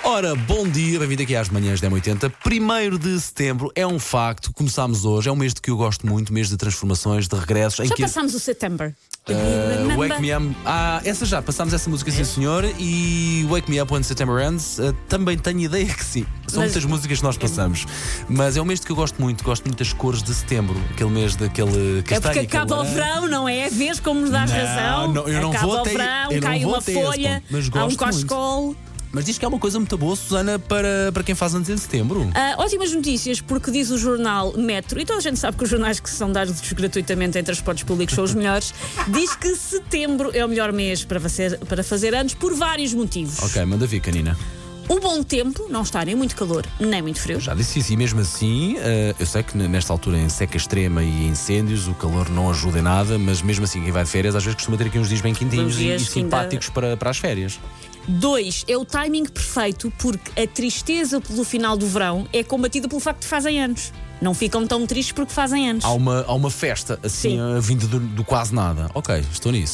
Ora, bom dia, bem-vindo aqui às manhãs da M80. 1º de setembro é um facto, começámos hoje, é um mês de que eu gosto muito, mês de transformações, de regressos. Já passámos o September. Wake Me Up. Essa já, passámos essa música, sim senhor. E Wake Me Up When September Ends, também tenho ideia que sim. São muitas músicas que nós passamos. Mas é um mês de que eu gosto muito das cores de setembro. Aquele mês daquele castanho. É porque acaba o verão, não é? Vês como nos dás razão? Eu não acaba vou o verão, eu cai não uma vou folha, há um coscol. Mas diz que é uma coisa muito boa, Susana, para quem faz anos em setembro. Ótimas notícias, porque diz o jornal Metro, e toda a gente sabe que os jornais que são dados gratuitamente em transportes públicos são os melhores. Diz que setembro é o melhor mês para fazer anos por vários motivos. Ok, manda vir, canina. O bom tempo, não está nem muito calor, nem muito frio. Já disse isso, e mesmo assim, eu sei que nesta altura, em seca extrema e incêndios, o calor não ajuda em nada, mas mesmo assim, quem vai de férias, às vezes costuma ter aqui uns dias bem quentinhos e simpáticos para as férias. 2, é o timing perfeito, porque a tristeza pelo final do verão é combatida pelo facto de fazem anos. Não ficam tão tristes porque fazem anos. Há uma festa, assim, vinda do quase nada. Ok, estou nisso.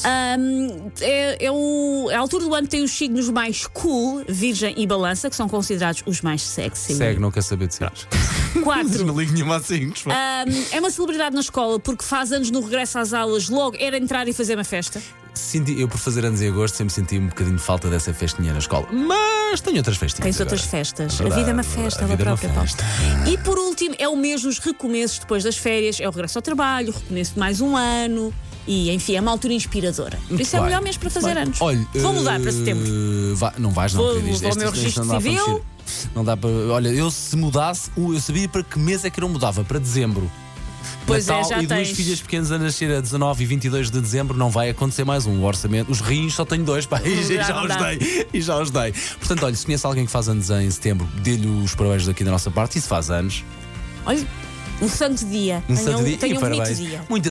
É a altura do ano que tem os signos mais cool, Virgem e Balança, que são considerados os mais sexy. Segue, não quer saber de signos. 4. Não ligo nenhuma assim. É uma celebridade na escola porque faz anos no regresso às aulas, logo era entrar e fazer uma festa. Eu, por fazer anos em agosto, sempre senti um bocadinho de falta dessa festinha na escola. Mas tenho outras festinhas. Tens outras festas. Verdade, a vida é uma festa, ela própria. E por último, é o mês dos recomeços depois das férias. É o regresso ao trabalho, o recomeço de mais um ano. E, enfim, é uma altura inspiradora. Por isso é o melhor mês para fazer anos. Olha, vou mudar para setembro. Não vais, não, querido. Vou ao meu registro civil. Não dá para. Olha, eu se mudasse, eu sabia para que mês é que eu não mudava. Para dezembro. Pois Natal, já e duas tens filhas pequenas a nascer a 19 e 22 de dezembro. Não vai acontecer mais um orçamento. Os rins só tenho 2, pá, e já os dei. Portanto, olha, se conhece alguém que faz anos em setembro, dê-lhe os parabéns daqui da nossa parte. E se faz anos, olha, um santo dia. Tenham um bonito dia.